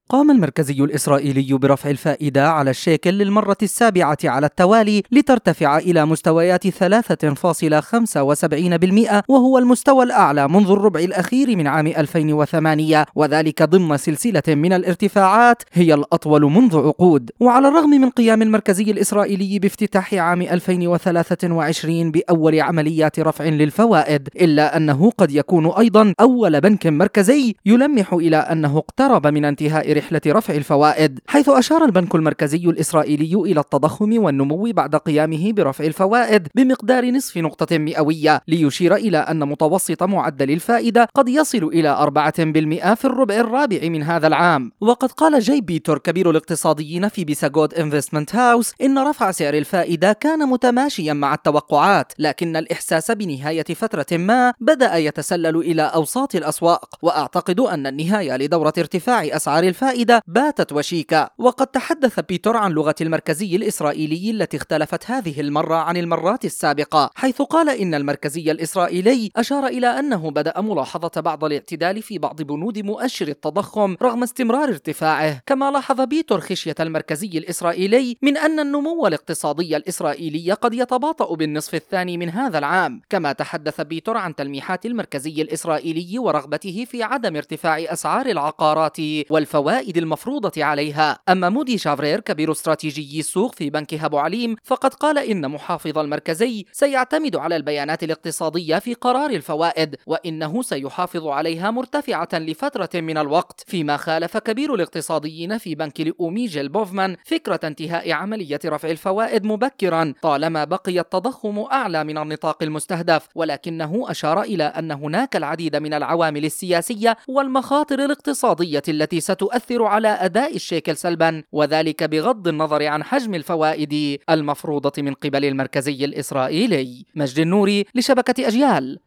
قام المركزي الإسرائيلي برفع الفائدة على الشيكل للمرة السابعة على التوالي لترتفع إلى مستويات 3.75%، وهو المستوى الأعلى منذ الربع الأخير من عام 2008، وذلك ضمن سلسلة من الارتفاعات هي الأطول منذ عقود. وعلى الرغم من قيام المركزي الإسرائيلي بافتتاح عام 2023 بأول عمليات رفع للفوائد، إلا أنه قد يكون أيضا أول بنك مركزي يلمح إلى أنه اقترب من انتهاء رحلة رفع الفوائد، حيث أشار البنك المركزي الإسرائيلي إلى التضخم والنمو بعد قيامه برفع الفوائد بمقدار نصف نقطة مئوية، ليشير إلى أن متوسط معدل الفائدة قد يصل إلى 4% في الربع الرابع من هذا العام. وقد قال جاي بيتور كبير الاقتصاديين في بيساغود انفستمنت هاوس إن رفع سعر الفائدة كان متماشيا مع التوقعات، لكن الإحساس بنهاية فترة ما بدأ يتسلل إلى أوساط الأسواق، وأعتقد أن النهاية لدورة ارتفاع أسعار الفائدة باتت وشيكا. وقد تحدث بيتر عن لغة المركزي الإسرائيلي التي اختلفت هذه المرة عن المرات السابقة، حيث قال إن المركزي الإسرائيلي أشار إلى أنه بدأ ملاحظة بعض الاعتدال في بعض بنود مؤشر التضخم رغم استمرار ارتفاعه. كما لاحظ بيتر خشية المركزي الإسرائيلي من أن النمو الاقتصادي الإسرائيلي قد يتباطأ بالنصف الثاني من هذا العام. كما تحدث بيتر عن تلميحات المركزي الإسرائيلي ورغبته في عدم ارتفاع أسعار العقارات والفوائد المفروضة عليها. أما مودي شافرير كبير استراتيجي السوق في بنك أبو عليم فقد قال إن محافظ المركزي سيعتمد على البيانات الاقتصادية في قرار الفوائد، وإنه سيحافظ عليها مرتفعة لفترة من الوقت، فيما خالف كبير الاقتصاديين في بنك لؤومي جيل بوفمان فكرة انتهاء عملية رفع الفوائد مبكرا طالما بقي التضخم أعلى من النطاق المستهدف، ولكنه أشار إلى أن هناك العديد من العوامل السياسية والمخاطر الاقتصادية التي ستؤثر على أداء الشيكل سلبا، وذلك بغض النظر عن حجم الفوائد المفروضة من قبل المركزي الإسرائيلي. مجد النوري لشبكة أجيال.